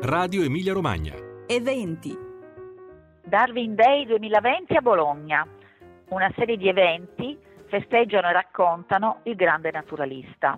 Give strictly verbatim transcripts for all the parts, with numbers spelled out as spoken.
Radio Emilia Romagna. Eventi. Darwin Day duemilaventi a Bologna. Una serie di eventi festeggiano e raccontano il grande naturalista.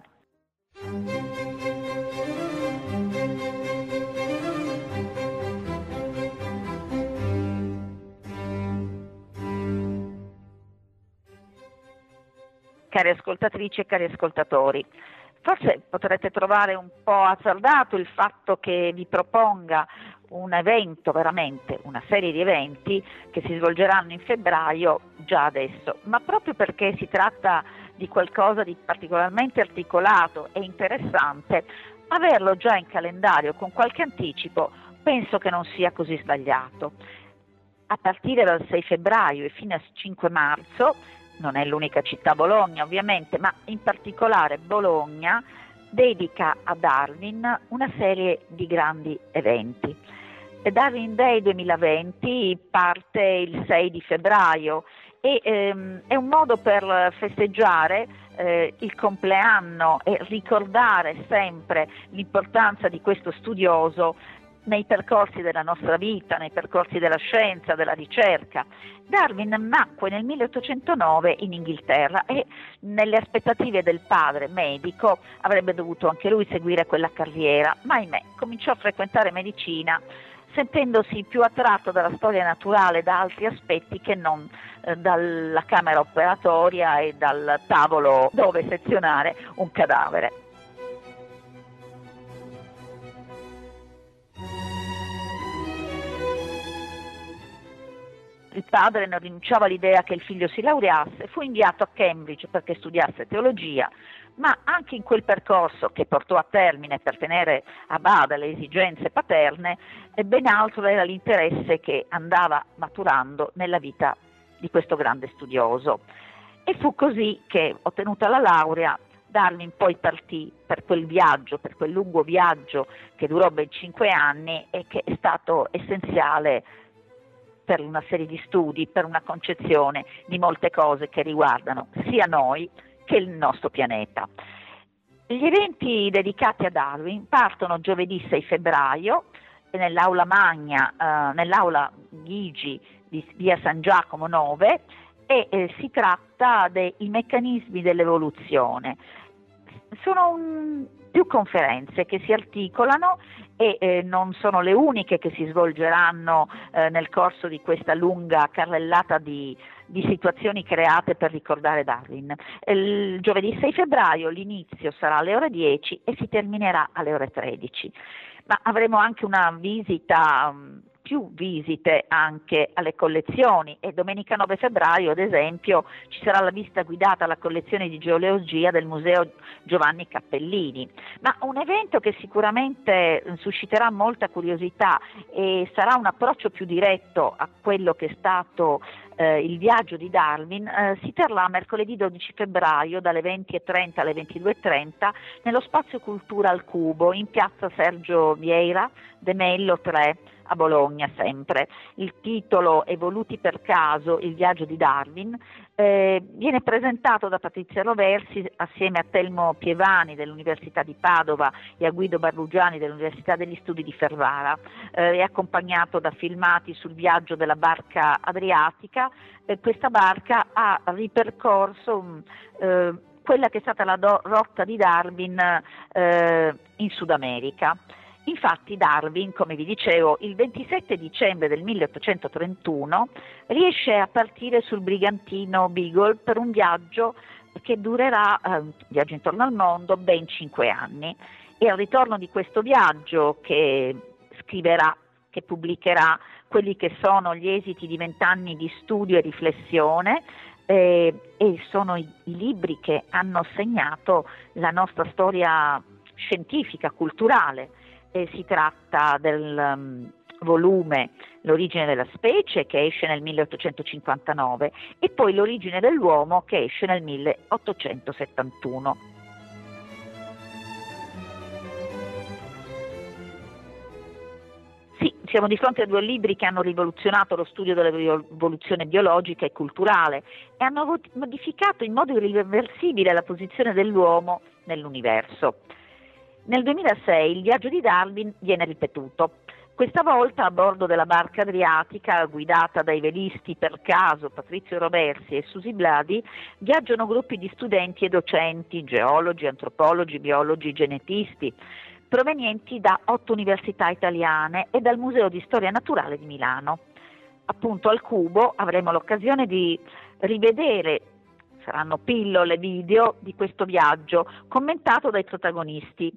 Cari ascoltatrici e cari ascoltatori, forse potrete trovare un po' azzardato il fatto che vi proponga un evento, veramente una serie di eventi che si svolgeranno in febbraio già adesso, ma proprio perché si tratta di qualcosa di particolarmente articolato e interessante, averlo già in calendario con qualche anticipo penso che non sia così sbagliato. A partire dal sei febbraio e fino al cinque marzo, non è l'unica città Bologna ovviamente, ma in particolare Bologna dedica a Darwin una serie di grandi eventi. Darwin Day duemilaventi parte il sei di febbraio e ehm, è un modo per festeggiare eh, il compleanno e ricordare sempre l'importanza di questo studioso nei percorsi della nostra vita, nei percorsi della scienza, della ricerca. Darwin nacque nel milleottocentonove in Inghilterra e nelle aspettative del padre medico avrebbe dovuto anche lui seguire quella carriera, ma ahimè cominciò a frequentare medicina sentendosi più attratto dalla storia naturale da altri aspetti che non eh, dalla camera operatoria e dal tavolo dove sezionare un cadavere. Il padre non rinunciava all'idea che il figlio si laureasse, fu inviato a Cambridge perché studiasse teologia, ma anche in quel percorso che portò a termine per tenere a bada le esigenze paterne, ben altro era l'interesse che andava maturando nella vita di questo grande studioso. E fu così che, ottenuta la laurea, Darwin poi partì per quel viaggio, per quel lungo viaggio che durò ben cinque anni e che è stato essenziale per una serie di studi, per una concezione di molte cose che riguardano sia noi che il nostro pianeta. Gli eventi dedicati a Darwin partono giovedì sei febbraio nell'aula magna, eh, nell'aula Ghigi di via San Giacomo nove e eh, si tratta dei meccanismi dell'evoluzione. Sono un, più conferenze che si articolano e eh, non sono le uniche che si svolgeranno eh, nel corso di questa lunga carrellata di, di situazioni create per ricordare Darwin. Il giovedì sei febbraio l'inizio sarà alle ore dieci e si terminerà alle ore tredici, ma avremo anche una visita, più visite anche alle collezioni e domenica nove febbraio ad esempio ci sarà la visita guidata alla collezione di geologia del Museo Giovanni Cappellini, ma un evento che sicuramente susciterà molta curiosità e sarà un approccio più diretto a quello che è stato eh, il viaggio di Darwin, eh, si terrà mercoledì dodici febbraio dalle venti e trenta alle ventidue e trenta nello spazio Cultura al Cubo in piazza Sergio Vieira de Mello tre a Bologna sempre. Il titolo Evoluti per caso, il viaggio di Darwin, eh, viene presentato da Patrizia Roversi assieme a Telmo Pievani dell'Università di Padova e a Guido Barrugiani dell'Università degli Studi di Ferrara. Eh, è accompagnato da filmati sul viaggio della barca adriatica. Eh, questa barca ha ripercorso eh, quella che è stata la do- rotta di Darwin eh, in Sud America. Infatti Darwin, come vi dicevo, il ventisette dicembre del milleottocentotrentuno riesce a partire sul brigantino Beagle per un viaggio che durerà, eh, un viaggio intorno al mondo, ben cinque anni. E al ritorno di questo viaggio che scriverà, che pubblicherà quelli che sono gli esiti di vent'anni di studio e riflessione, eh, e sono i, i libri che hanno segnato la nostra storia scientifica, culturale. Eh, si tratta del um, volume L'origine della specie che esce nel milleottocentocinquantanove e poi L'origine dell'uomo che esce nel milleottocentosettantuno. Sì, siamo di fronte a due libri che hanno rivoluzionato lo studio dell'evoluzione biologica e culturale e hanno modificato in modo irreversibile la posizione dell'uomo nell'universo. Nel duemilasei il viaggio di Darwin viene ripetuto. Questa volta a bordo della barca adriatica, guidata dai velisti per caso Patrizio Roversi e Susi Bladi, viaggiano gruppi di studenti e docenti, geologi, antropologi, biologi, genetisti, provenienti da otto università italiane e dal Museo di Storia Naturale di Milano. Appunto al Cubo avremo l'occasione di rivedere, saranno pillole video di questo viaggio commentato dai protagonisti.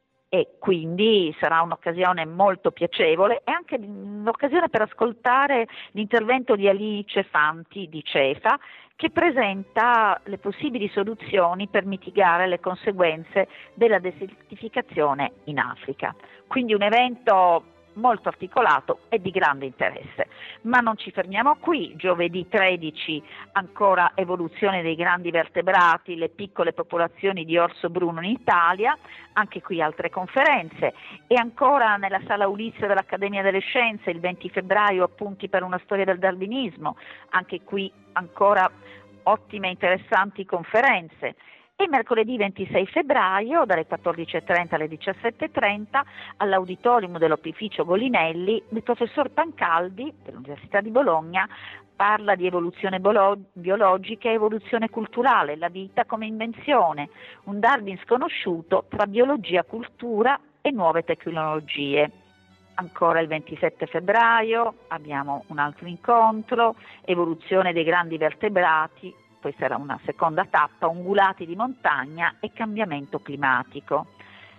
E quindi sarà un'occasione molto piacevole e anche un'occasione per ascoltare l'intervento di Alice Fanti di Cefa, che presenta le possibili soluzioni per mitigare le conseguenze della desertificazione in Africa. Quindi un evento molto articolato e di grande interesse. Ma non ci fermiamo qui. Giovedì tredici ancora evoluzione dei grandi vertebrati, le piccole popolazioni di orso bruno in Italia, anche qui altre conferenze, e ancora nella sala Ulisse dell'Accademia delle Scienze il venti febbraio appunti per una storia del darwinismo, anche qui ancora ottime e interessanti conferenze. E mercoledì ventisei febbraio dalle quattordici e trenta alle diciassette e trenta all'auditorium dell'Opificio Golinelli il professor Pancaldi dell'Università di Bologna parla di evoluzione biologica e evoluzione culturale, la vita come invenzione, un Darwin sconosciuto tra biologia, cultura e nuove tecnologie. Ancora il ventisette febbraio abbiamo un altro incontro, evoluzione dei grandi vertebrati. Poi sarà una seconda tappa, ungulati di montagna e cambiamento climatico.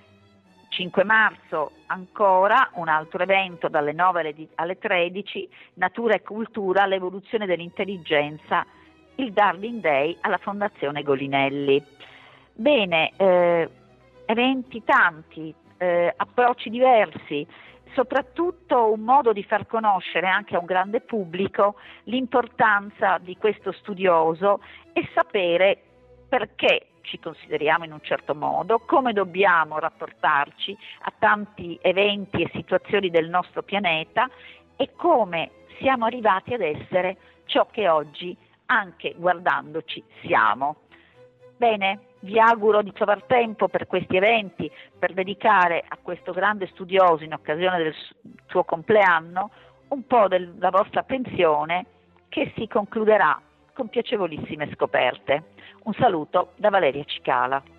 cinque marzo ancora un altro evento dalle nove alle tredici, natura e cultura, l'evoluzione dell'intelligenza, il Darwin Day alla Fondazione Golinelli. Bene, eh, eventi tanti, eh, approcci diversi, soprattutto un modo di far conoscere anche a un grande pubblico l'importanza di questo studioso e sapere perché ci consideriamo in un certo modo, come dobbiamo rapportarci a tanti eventi e situazioni del nostro pianeta e come siamo arrivati ad essere ciò che oggi, anche guardandoci, siamo. Bene, vi auguro di trovar tempo per questi eventi, per dedicare a questo grande studioso in occasione del suo compleanno un po' della vostra pensione che si concluderà con piacevolissime scoperte. Un saluto da Valeria Cicala.